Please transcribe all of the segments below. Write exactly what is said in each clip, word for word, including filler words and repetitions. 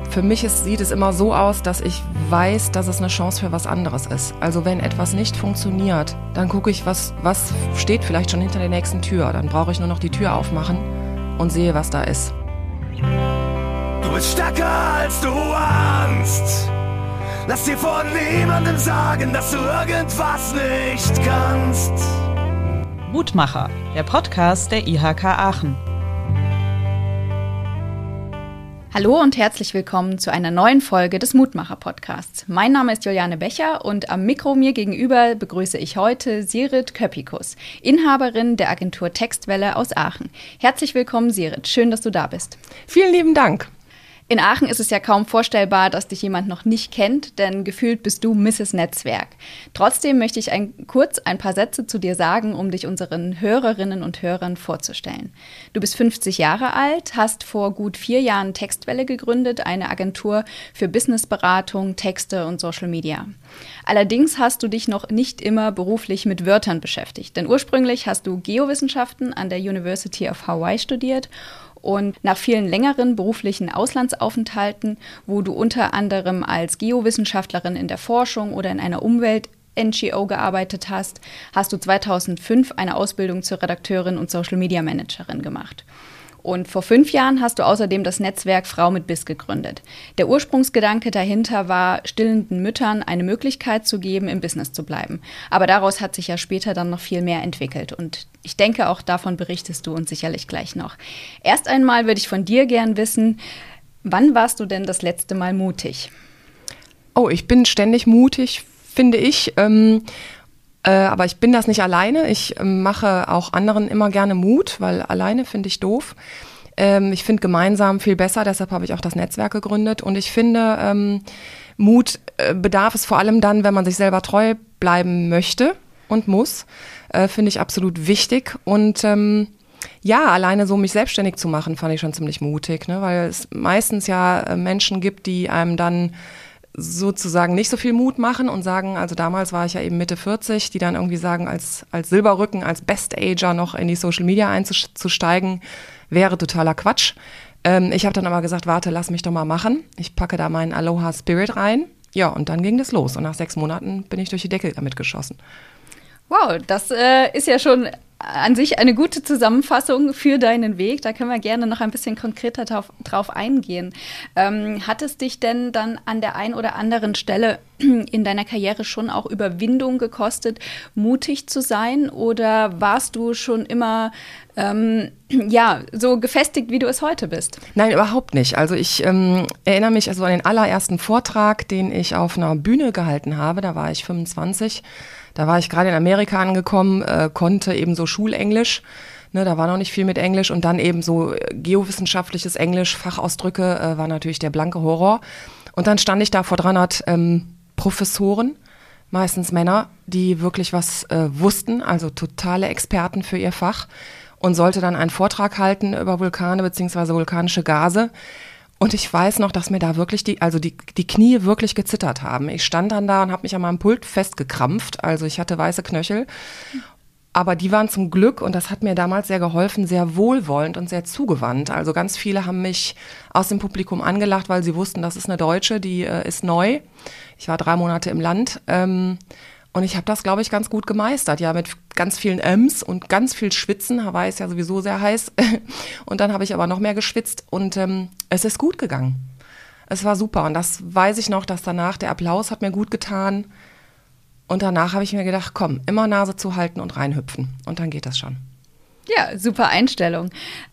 Für mich ist, sieht es immer so aus, dass ich weiß, dass es eine Chance für was anderes ist. Also wenn etwas nicht funktioniert, dann gucke ich, was, was steht vielleicht schon hinter der nächsten Tür. Dann brauche ich nur noch die Tür aufmachen und sehe, was da ist. Du bist stärker als du ahnst. Lass dir von niemandem sagen, dass du irgendwas nicht kannst. Mutmacher, der Podcast der I H K Aachen. Hallo und herzlich willkommen zu einer neuen Folge des Mutmacher-Podcasts. Mein Name ist Juliane Becher und am Mikro mir gegenüber begrüße ich heute Sirit Köpikus, Inhaberin der Agentur Textwelle aus Aachen. Herzlich willkommen, Sirit. Schön, dass du da bist. Vielen lieben Dank. In Aachen ist es ja kaum vorstellbar, dass dich jemand noch nicht kennt, denn gefühlt bist du Misses Netzwerk. Trotzdem möchte ich ein, kurz ein paar Sätze zu dir sagen, um dich unseren Hörerinnen und Hörern vorzustellen. Du bist fünfzig Jahre alt, hast vor gut vier Jahren Textwelle gegründet, eine Agentur für Businessberatung, Texte und Social Media. Allerdings hast du dich noch nicht immer beruflich mit Wörtern beschäftigt, denn ursprünglich hast du Geowissenschaften an der University of Hawaii studiert. Und nach vielen längeren beruflichen Auslandsaufenthalten, wo du unter anderem als Geowissenschaftlerin in der Forschung oder in einer Umwelt-N G O gearbeitet hast, hast du zweitausendfünf eine Ausbildung zur Redakteurin und Social-Media-Managerin gemacht. Und vor fünf Jahren hast du außerdem das Netzwerk Frau mit Biss gegründet. Der Ursprungsgedanke dahinter war, stillenden Müttern eine Möglichkeit zu geben, im Business zu bleiben. Aber daraus hat sich ja später dann noch viel mehr entwickelt. Und ich denke, auch davon berichtest du uns sicherlich gleich noch. Erst einmal würde ich von dir gern wissen, wann warst du denn das letzte Mal mutig? Oh, ich bin ständig mutig, finde ich. Ähm Äh, aber ich bin das nicht alleine. Ich äh, mache auch anderen immer gerne Mut, weil alleine finde ich doof. Ähm, ich finde gemeinsam viel besser, deshalb habe ich auch das Netzwerk gegründet. Und ich finde, ähm, Mut äh, bedarf es vor allem dann, wenn man sich selber treu bleiben möchte und muss. Äh, finde ich absolut wichtig. Und ähm, ja, alleine so mich selbstständig zu machen, fand ich schon ziemlich mutig, ne? Weil es meistens ja äh, Menschen gibt, die einem dann sozusagen nicht so viel Mut machen und sagen, also damals war ich ja eben Mitte vierzig, die dann irgendwie sagen, als, als Silberrücken, als Best-Ager noch in die Social Media einzusteigen, wäre totaler Quatsch. Ähm, ich habe dann aber gesagt, warte, lass mich doch mal machen. Ich packe da meinen Aloha Spirit rein. Ja, und dann ging das los. Und nach sechs Monaten bin ich durch die Decke damit geschossen. Wow, das äh, ist ja schon an sich eine gute Zusammenfassung für deinen Weg. Da können wir gerne noch ein bisschen konkreter drauf, drauf eingehen. Ähm, hat es dich denn dann an der einen oder anderen Stelle in deiner Karriere schon auch Überwindung gekostet, mutig zu sein? Oder warst du schon immer ähm, ja, so gefestigt, wie du es heute bist? Nein, überhaupt nicht. Also ich ähm, erinnere mich also an den allerersten Vortrag, den ich auf einer Bühne gehalten habe. Da war ich fünfundzwanzig. Da war ich gerade in Amerika angekommen, äh, konnte eben so Schulenglisch, ne, da war noch nicht viel mit Englisch und dann eben so geowissenschaftliches Englisch, Fachausdrücke, äh, war natürlich der blanke Horror. Und dann stand ich da vor dreihundert ähm, Professoren, meistens Männer, die wirklich was äh, wussten, also totale Experten für ihr Fach und sollte dann einen Vortrag halten über Vulkane bzw. vulkanische Gase. Und ich weiß noch, dass mir da wirklich die, also die, die Knie wirklich gezittert haben. Ich stand dann da und habe mich an meinem Pult festgekrampft. Also ich hatte weiße Knöchel. Aber die waren zum Glück, und das hat mir damals sehr geholfen, sehr wohlwollend und sehr zugewandt. Also ganz viele haben mich aus dem Publikum angelacht, weil sie wussten, das ist eine Deutsche, die äh, ist neu. Ich war drei Monate im Land. Ähm, Und ich habe das, glaube ich, ganz gut gemeistert, ja, mit ganz vielen Ems und ganz viel Schwitzen. Hawaii ist ja sowieso sehr heiß. Und dann habe ich aber noch mehr geschwitzt und ähm, es ist gut gegangen. Es war super und das weiß ich noch, dass danach der Applaus hat mir gut getan. Und danach habe ich mir gedacht, komm, immer Nase zuhalten und reinhüpfen. Und dann geht das schon. Ja, super Einstellung.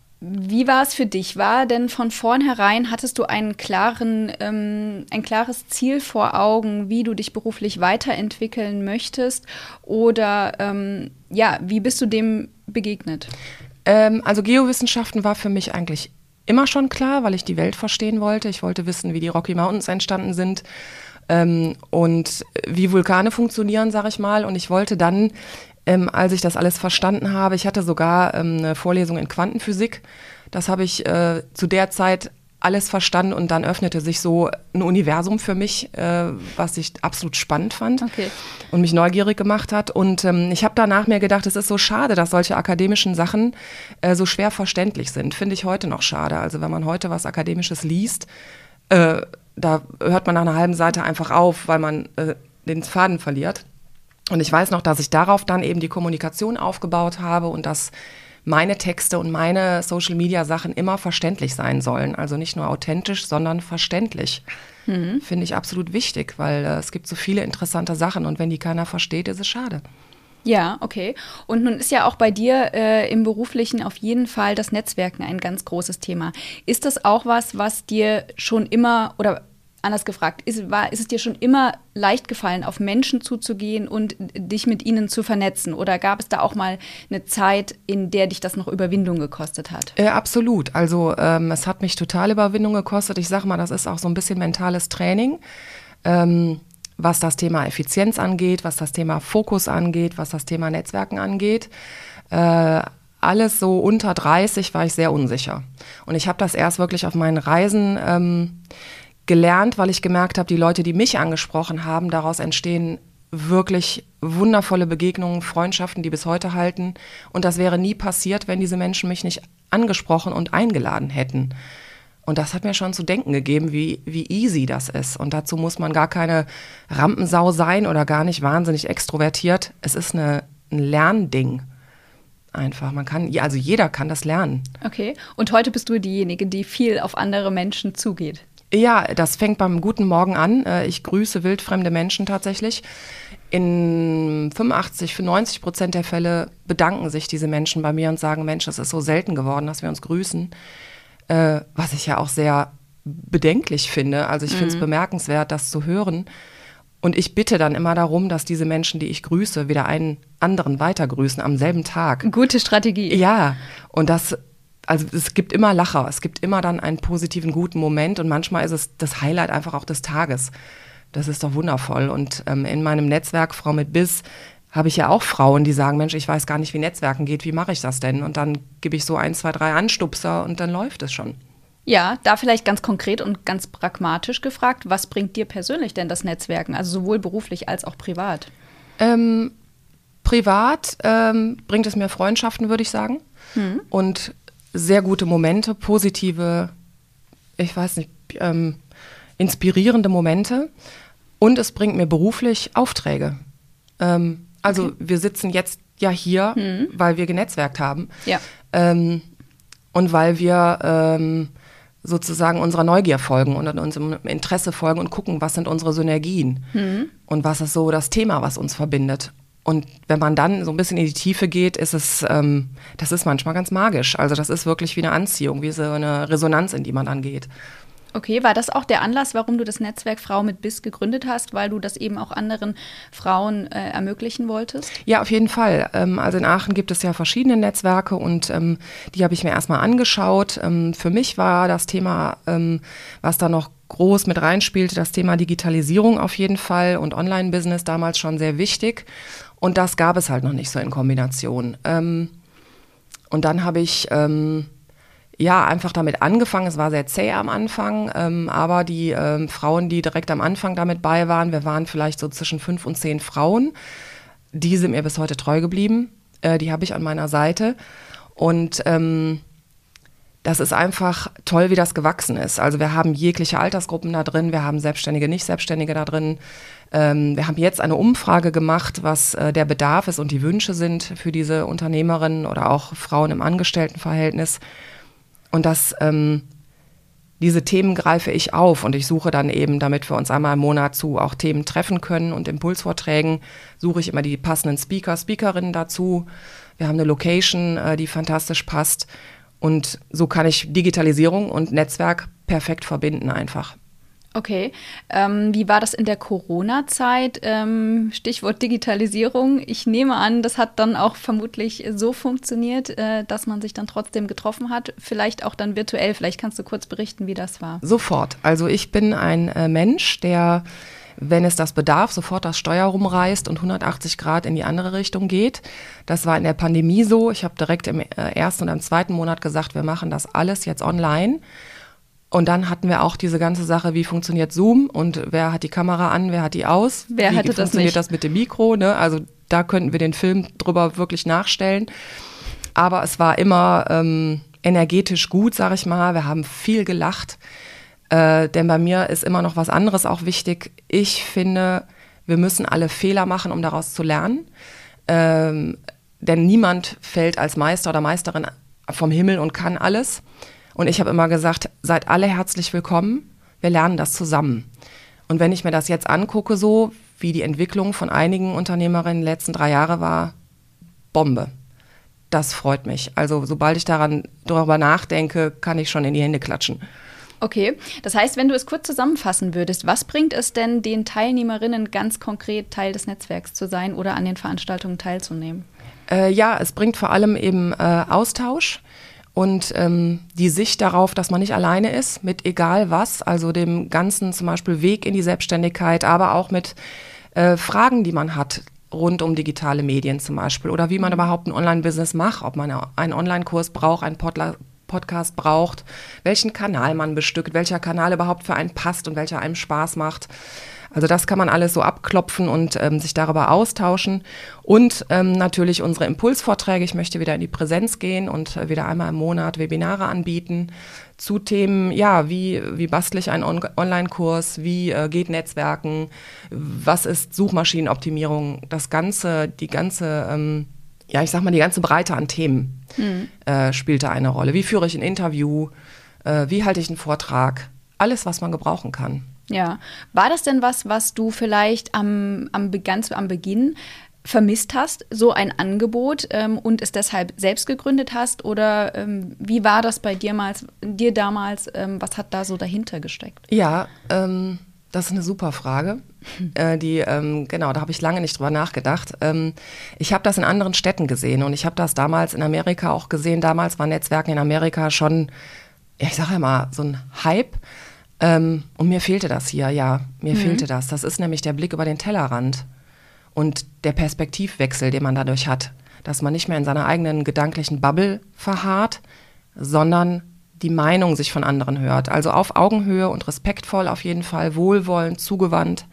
Wie war es für dich? War denn von vornherein, hattest du einen klaren, ähm, ein klares Ziel vor Augen, wie du dich beruflich weiterentwickeln möchtest? Oder ähm, ja, wie bist du dem begegnet? Ähm, also Geowissenschaften war für mich eigentlich immer schon klar, weil ich die Welt verstehen wollte. Ich wollte wissen, wie die Rocky Mountains entstanden sind ähm, und wie Vulkane funktionieren, sag ich mal. Und ich wollte dann Ähm, als ich das alles verstanden habe, ich hatte sogar ähm, eine Vorlesung in Quantenphysik, das habe ich äh, zu der Zeit alles verstanden und dann öffnete sich so ein Universum für mich, äh, was ich absolut spannend fand okay. und mich neugierig gemacht hat. Und ähm, ich habe danach mir gedacht, es ist so schade, dass solche akademischen Sachen äh, so schwer verständlich sind. Finde ich heute noch schade. Also wenn man heute was Akademisches liest, äh, da hört man nach einer halben Seite einfach auf, weil man äh, den Faden verliert. Und ich weiß noch, dass ich darauf dann eben die Kommunikation aufgebaut habe und dass meine Texte und meine Social-Media-Sachen immer verständlich sein sollen. Also nicht nur authentisch, sondern verständlich. Mhm. Finde ich absolut wichtig, weil äh, es gibt so viele interessante Sachen und wenn die keiner versteht, ist es schade. Ja, okay. Und nun ist ja auch bei dir äh, im Beruflichen auf jeden Fall das Netzwerken ein ganz großes Thema. Ist das auch was, was dir schon immer, oder anders gefragt, ist, war, ist es dir schon immer leicht gefallen, auf Menschen zuzugehen und dich mit ihnen zu vernetzen? Oder gab es da auch mal eine Zeit, in der dich das noch Überwindung gekostet hat? Äh, absolut. Also ähm, es hat mich total Überwindung gekostet. Ich sage mal, das ist auch so ein bisschen mentales Training. Ähm, was das Thema Effizienz angeht, was das Thema Fokus angeht, was das Thema Netzwerken angeht. Äh, alles so unter dreißig war ich sehr unsicher. Und ich habe das erst wirklich auf meinen Reisen ähm, gelernt, weil ich gemerkt habe, die Leute, die mich angesprochen haben, daraus entstehen wirklich wundervolle Begegnungen, Freundschaften, die bis heute halten. Und das wäre nie passiert, wenn diese Menschen mich nicht angesprochen und eingeladen hätten. Und das hat mir schon zu denken gegeben, wie, wie easy das ist. Und dazu muss man gar keine Rampensau sein oder gar nicht wahnsinnig extrovertiert. Es ist eine, ein Lernding. Einfach. Man kann, also jeder kann das lernen. Okay. Und heute bist du diejenige, die viel auf andere Menschen zugeht. Ja, das fängt beim guten Morgen an. Ich grüße wildfremde Menschen tatsächlich. In fünfundachtzig, neunzig Prozent der Fälle bedanken sich diese Menschen bei mir und sagen, Mensch, es ist so selten geworden, dass wir uns grüßen. Äh, was ich ja auch sehr bedenklich finde. Also ich mhm. finde es bemerkenswert, das zu hören. Und ich bitte dann immer darum, dass diese Menschen, die ich grüße, wieder einen anderen weiter grüßen am selben Tag. Gute Strategie. Ja, und das, also es gibt immer Lacher, es gibt immer dann einen positiven, guten Moment und manchmal ist es das Highlight einfach auch des Tages. Das ist doch wundervoll. Und ähm, in meinem Netzwerk Frau mit Biss habe ich ja auch Frauen, die sagen, Mensch, ich weiß gar nicht, wie Netzwerken geht, wie mache ich das denn? Und dann gebe ich so ein, zwei, drei Anstupser und dann läuft es schon. Ja, da vielleicht ganz konkret und ganz pragmatisch gefragt, was bringt dir persönlich denn das Netzwerken, also sowohl beruflich als auch privat? Ähm, privat ähm, bringt es mir Freundschaften, würde ich sagen, hm. und sehr gute Momente, positive, ich weiß nicht, ähm, inspirierende Momente und es bringt mir beruflich Aufträge. Ähm, Also okay. wir sitzen jetzt ja hier, mhm. weil wir genetzwerkt haben ja. ähm, und weil wir ähm, sozusagen unserer Neugier folgen und unserem Interesse folgen und gucken, was sind unsere Synergien mhm. und was ist so das Thema, was uns verbindet. Und wenn man dann so ein bisschen in die Tiefe geht, ist es, ähm, das ist manchmal ganz magisch. Also das ist wirklich wie eine Anziehung, wie so eine Resonanz, in die man dann geht. Okay, war das auch der Anlass, warum du das Netzwerk Frau mit Biss gegründet hast, weil du das eben auch anderen Frauen äh, ermöglichen wolltest? Ja, auf jeden Fall. Ähm, also in Aachen gibt es ja verschiedene Netzwerke und ähm, die habe ich mir erstmal angeschaut. Ähm, für mich war das Thema, ähm, was da noch groß mit reinspielte, das Thema Digitalisierung auf jeden Fall und Online-Business damals schon sehr wichtig. Und das gab es halt noch nicht so in Kombination. Ähm, und dann habe ich Ähm, ja, einfach damit angefangen. Es war sehr zäh am Anfang, ähm, aber die ähm, Frauen, die direkt am Anfang damit bei waren, wir waren vielleicht so zwischen fünf und zehn Frauen, die sind mir bis heute treu geblieben. Äh, die habe ich an meiner Seite. Und ähm, das ist einfach toll, wie das gewachsen ist. Also wir haben jegliche Altersgruppen da drin, wir haben Selbstständige, Nicht-Selbstständige da drin. Ähm, wir haben jetzt eine Umfrage gemacht, was äh, der Bedarf ist und die Wünsche sind für diese Unternehmerinnen oder auch Frauen im Angestelltenverhältnis. Und das, ähm, diese Themen greife ich auf und ich suche dann eben, damit wir uns einmal im Monat zu auch Themen treffen können und Impulsvorträgen, suche ich immer die passenden Speaker, Speakerinnen dazu. Wir haben eine Location, äh, die fantastisch passt und so kann ich Digitalisierung und Netzwerk perfekt verbinden einfach. Okay, ähm, wie war das in der Corona-Zeit? Ähm, Stichwort Digitalisierung. Ich nehme an, das hat dann auch vermutlich so funktioniert, äh, dass man sich dann trotzdem getroffen hat. Vielleicht auch dann virtuell. Vielleicht kannst du kurz berichten, wie das war. Sofort. Also ich bin ein äh, Mensch, der, wenn es das bedarf, sofort das Steuer rumreißt und hundertachtzig Grad in die andere Richtung geht. Das war in der Pandemie so. Ich habe direkt im äh, ersten und im zweiten Monat gesagt, wir machen das alles jetzt online. Und dann hatten wir auch diese ganze Sache, wie funktioniert Zoom und wer hat die Kamera an, wer hat die aus? Wer wie hatte das nicht? Funktioniert das mit dem Mikro? Ne? Also da könnten wir den Film drüber wirklich nachstellen. Aber es war immer ähm, energetisch gut, sag ich mal. Wir haben viel gelacht. Äh, denn bei mir ist immer noch was anderes auch wichtig. Ich finde, wir müssen alle Fehler machen, um daraus zu lernen. Ähm, denn niemand fällt als Meister oder Meisterin vom Himmel und kann alles. Und ich habe immer gesagt, seid alle herzlich willkommen. Wir lernen das zusammen. Und wenn ich mir das jetzt angucke, so wie die Entwicklung von einigen Unternehmerinnen die letzten drei Jahre war, Bombe. Das freut mich. Also sobald ich daran darüber nachdenke, kann ich schon in die Hände klatschen. Okay, das heißt, wenn du es kurz zusammenfassen würdest, was bringt es denn den Teilnehmerinnen ganz konkret, Teil des Netzwerks zu sein oder an den Veranstaltungen teilzunehmen? Äh, ja, es bringt vor allem eben äh, Austausch und ähm, die Sicht darauf, dass man nicht alleine ist mit egal was, also dem ganzen zum Beispiel Weg in die Selbstständigkeit, aber auch mit äh, Fragen, die man hat rund um digitale Medien zum Beispiel oder wie man überhaupt ein Online-Business macht, ob man einen Online-Kurs braucht, einen Podla- Podcast braucht, welchen Kanal man bestückt, welcher Kanal überhaupt für einen passt und welcher einem Spaß macht. Also das kann man alles so abklopfen und ähm, sich darüber austauschen. Und ähm, natürlich unsere Impulsvorträge. Ich möchte wieder in die Präsenz gehen und äh, wieder einmal im Monat Webinare anbieten zu Themen, ja, wie, wie bastle ich einen On- Online-Kurs, wie äh, geht Netzwerken, was ist Suchmaschinenoptimierung, das Ganze, die ganze, ähm, ja, ich sag mal, die ganze Breite an Themen mhm. äh, spielt da eine Rolle. Wie führe ich ein Interview, äh, wie halte ich einen Vortrag, alles, was man gebrauchen kann. Ja, war das denn was, was du vielleicht am, am, ganz am Beginn vermisst hast, so ein Angebot ähm, und es deshalb selbst gegründet hast? Oder ähm, wie war das bei dir, mal, dir damals? Ähm, was hat da so dahinter gesteckt? Ja, ähm, das ist eine super Frage. Äh, die, ähm, genau, da habe ich lange nicht drüber nachgedacht. Ähm, ich habe das in anderen Städten gesehen und ich habe das damals in Amerika auch gesehen. Damals war Netzwerken in Amerika schon, ja, ich sage ja mal, so ein Hype. Ähm, und mir fehlte das hier, ja, mir mhm. fehlte das. Das ist nämlich der Blick über den Tellerrand und der Perspektivwechsel, den man dadurch hat. Dass man nicht mehr in seiner eigenen gedanklichen Bubble verharrt, sondern die Meinung sich von anderen hört. Also auf Augenhöhe und respektvoll auf jeden Fall, wohlwollend, zugewandt.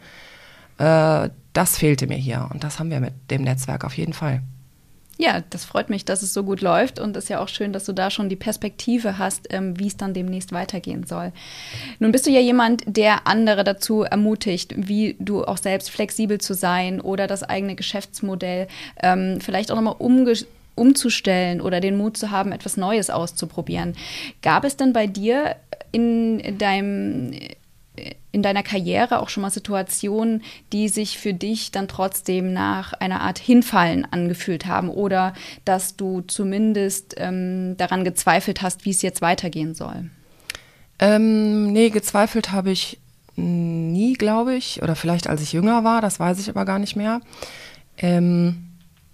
Äh, das fehlte mir hier und das haben wir mit dem Netzwerk auf jeden Fall. Ja, das freut mich, dass es so gut läuft und es ist ja auch schön, dass du da schon die Perspektive hast, ähm, wie es dann demnächst weitergehen soll. Nun bist du ja jemand, der andere dazu ermutigt, wie du auch selbst flexibel zu sein oder das eigene Geschäftsmodell ähm, vielleicht auch nochmal umge- umzustellen oder den Mut zu haben, etwas Neues auszuprobieren. Gab es denn bei dir in deinem in deiner Karriere auch schon mal Situationen, die sich für dich dann trotzdem nach einer Art Hinfallen angefühlt haben oder dass du zumindest ähm, daran gezweifelt hast, wie es jetzt weitergehen soll? Ähm, nee, gezweifelt habe ich nie, glaube ich, oder vielleicht als ich jünger war, das weiß ich aber gar nicht mehr. Ähm,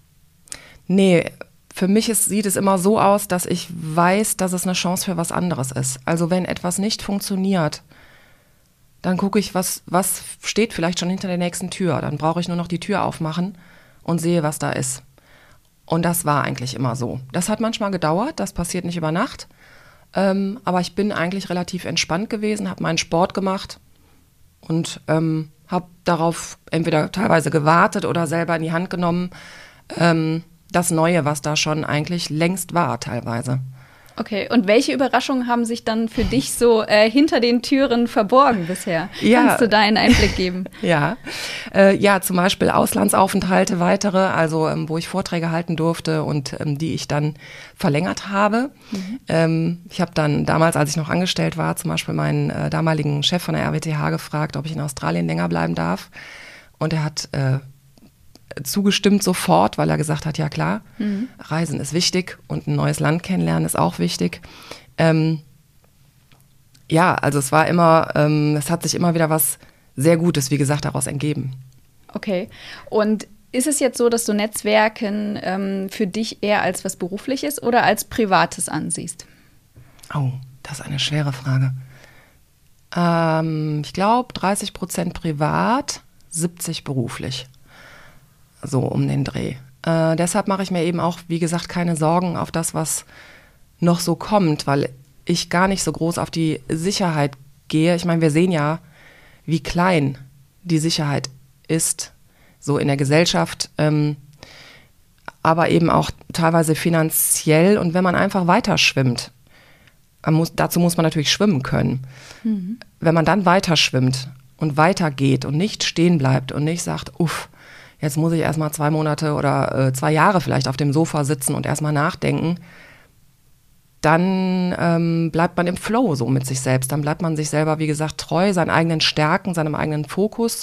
nee, für mich ist, sieht es immer so aus, dass ich weiß, dass es eine Chance für was anderes ist. Also wenn etwas nicht funktioniert, dann gucke ich, was, was steht vielleicht schon hinter der nächsten Tür. Dann brauche ich nur noch die Tür aufmachen und sehe, was da ist. Und das war eigentlich immer so. Das hat manchmal gedauert, das passiert nicht über Nacht. Ähm, aber ich bin eigentlich relativ entspannt gewesen, habe meinen Sport gemacht und ähm, habe darauf entweder teilweise gewartet oder selber in die Hand genommen, ähm, das Neue, was da schon eigentlich längst war teilweise. Okay, und welche Überraschungen haben sich dann für dich so äh, hinter den Türen verborgen bisher? Ja. Kannst du da einen Einblick geben? Ja, äh, ja, zum Beispiel Auslandsaufenthalte, weitere, also ähm, wo ich Vorträge halten durfte und ähm, die ich dann verlängert habe. Mhm. Ähm, ich habe dann damals, als ich noch angestellt war, zum Beispiel meinen äh, damaligen Chef von der R W T H gefragt, ob ich in Australien länger bleiben darf. Und er hat äh, zugestimmt sofort, weil er gesagt hat, ja klar, mhm. Reisen ist wichtig und ein neues Land kennenlernen ist auch wichtig. Ähm, ja, also es war immer, ähm, es hat sich immer wieder was sehr Gutes, wie gesagt, daraus ergeben. Okay, und ist es jetzt so, dass du Netzwerken ähm, für dich eher als was Berufliches oder als Privates ansiehst? Oh, das ist eine schwere Frage. Ähm, ich glaube dreißig Prozent privat, siebzig beruflich. So um den Dreh. Äh, deshalb mache ich mir eben auch, wie gesagt, keine Sorgen auf das, was noch so kommt, weil ich gar nicht so groß auf die Sicherheit gehe. Ich meine, wir sehen ja, wie klein die Sicherheit ist, so in der Gesellschaft, ähm, aber eben auch teilweise finanziell. Und wenn man einfach weiter schwimmt, man muss, dazu muss man natürlich schwimmen können. Mhm. Wenn man dann weiter schwimmt und weitergeht und nicht stehen bleibt und nicht sagt, uff, jetzt muss ich erstmal zwei Monate oder äh, zwei Jahre vielleicht auf dem Sofa sitzen und erstmal nachdenken, dann ähm, bleibt man im Flow so mit sich selbst. Dann bleibt man sich selber, wie gesagt, treu, seinen eigenen Stärken, seinem eigenen Fokus.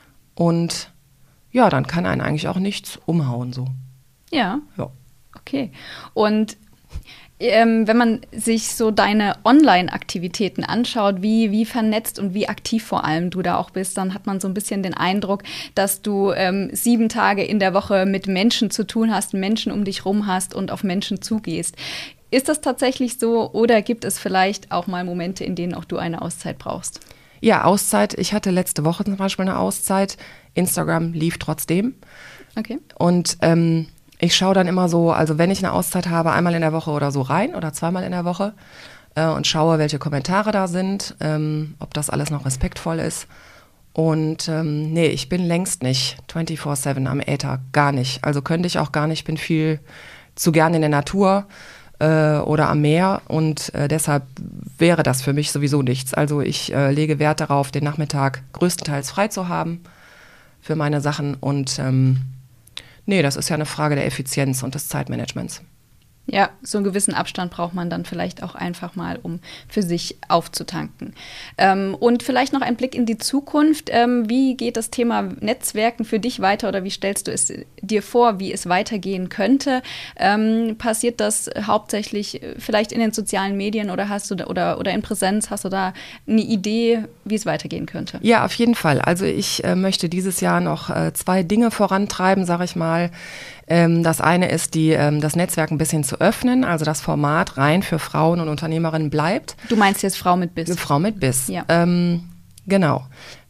Und ja, dann kann einen eigentlich auch nichts umhauen so. Ja, ja. Okay. Und ähm, wenn man sich so deine Online-Aktivitäten anschaut, wie, wie vernetzt und wie aktiv vor allem du da auch bist, dann hat man so ein bisschen den Eindruck, dass du ähm, sieben Tage in der Woche mit Menschen zu tun hast, Menschen um dich rum hast und auf Menschen zugehst. Ist das tatsächlich so oder gibt es vielleicht auch mal Momente, in denen auch du eine Auszeit brauchst? Ja, Auszeit. Ich hatte letzte Woche zum Beispiel eine Auszeit. Instagram lief trotzdem. Okay. Und ähm, ich schaue dann immer so, also wenn ich eine Auszeit habe, einmal in der Woche oder so rein oder zweimal in der Woche äh, und schaue, welche Kommentare da sind, ähm, ob das alles noch respektvoll ist. Und ähm, nee, ich bin längst nicht vierundzwanzig sieben am Äther, gar nicht. Also könnte ich auch gar nicht, bin viel zu gern in der Natur äh, oder am Meer und äh, deshalb wäre das für mich sowieso nichts. Also ich äh, lege Wert darauf, den Nachmittag größtenteils frei zu haben für meine Sachen und ähm, nee, das ist ja eine Frage der Effizienz und des Zeitmanagements. Ja, so einen gewissen Abstand braucht man dann vielleicht auch einfach mal, um für sich aufzutanken. Ähm, und vielleicht noch ein Blick in die Zukunft. Ähm, wie geht das Thema Netzwerken für dich weiter oder wie stellst du es dir vor, wie es weitergehen könnte? Ähm, passiert das hauptsächlich vielleicht in den sozialen Medien oder hast du da, oder, oder in Präsenz? Hast du da eine Idee, wie es weitergehen könnte? Ja, auf jeden Fall. Also ich äh, möchte dieses Jahr noch äh, zwei Dinge vorantreiben, sage ich mal. Ähm, das eine ist, die, ähm, das Netzwerk ein bisschen zu öffnen, also das Format rein für Frauen und Unternehmerinnen bleibt. Du meinst jetzt Frau mit Biss? Frau mit Biss, ja. Ähm, genau.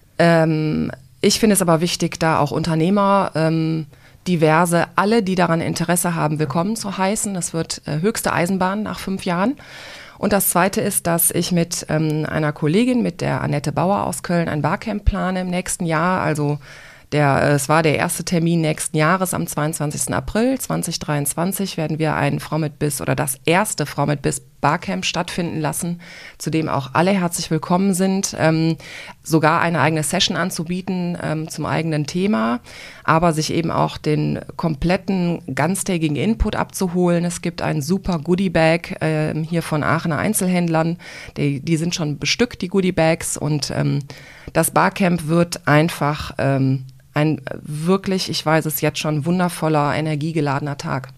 Ähm, ich finde es aber wichtig, da auch Unternehmer, ähm, diverse, alle, die daran Interesse haben, willkommen zu heißen. Das wird äh, höchste Eisenbahn nach fünf Jahren. Und das Zweite ist, dass ich mit ähm, einer Kollegin, mit der Annette Bauer aus Köln, ein Barcamp plane im nächsten Jahr, also Der, es war der erste Termin nächsten Jahres, am zweiundzwanzigsten April zweitausenddreiundzwanzig werden wir ein Frau mit Biss oder das erste Frau mit Biss Barcamp stattfinden lassen, zu dem auch alle herzlich willkommen sind, ähm, sogar eine eigene Session anzubieten ähm, zum eigenen Thema, aber sich eben auch den kompletten ganztägigen Input abzuholen. Es gibt ein super Goodie-Bag äh, hier von Aachener Einzelhändlern, die, die sind schon bestückt, die Goodie-Bags, und ähm, das Barcamp wird einfach ähm, ein wirklich, ich weiß es jetzt schon, wundervoller, energiegeladener Tag.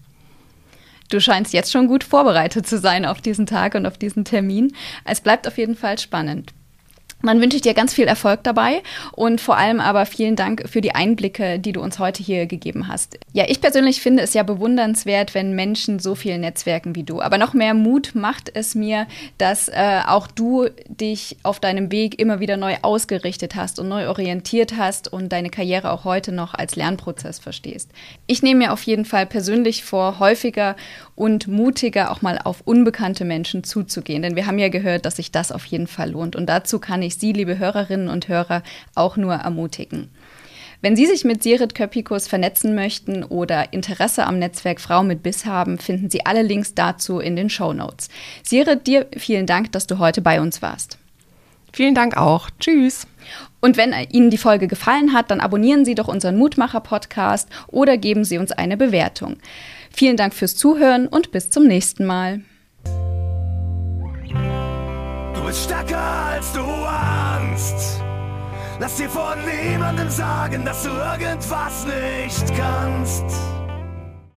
Du scheinst jetzt schon gut vorbereitet zu sein auf diesen Tag und auf diesen Termin. Es bleibt auf jeden Fall spannend. Man wünscht dir ganz viel Erfolg dabei und vor allem aber vielen Dank für die Einblicke, die du uns heute hier gegeben hast. Ja, ich persönlich finde es ja bewundernswert, wenn Menschen so viel netzwerken wie du. Aber noch mehr Mut macht es mir, dass äh, auch du dich auf deinem Weg immer wieder neu ausgerichtet hast und neu orientiert hast und deine Karriere auch heute noch als Lernprozess verstehst. Ich nehme mir auf jeden Fall persönlich vor, häufiger und mutiger auch mal auf unbekannte Menschen zuzugehen. Denn wir haben ja gehört, dass sich das auf jeden Fall lohnt. Und dazu kann ich Sie, liebe Hörerinnen und Hörer, auch nur ermutigen. Wenn Sie sich mit Sirit Köpikos vernetzen möchten oder Interesse am Netzwerk Frau mit Biss haben, finden Sie alle Links dazu in den Shownotes. Sirit, dir vielen Dank, dass du heute bei uns warst. Vielen Dank auch. Tschüss. Und wenn Ihnen die Folge gefallen hat, dann abonnieren Sie doch unseren Mutmacher-Podcast oder geben Sie uns eine Bewertung. Vielen Dank fürs Zuhören und bis zum nächsten Mal. Du bist stärker als du ahnst. Lass dir von niemandem sagen, dass du irgendwas nicht kannst.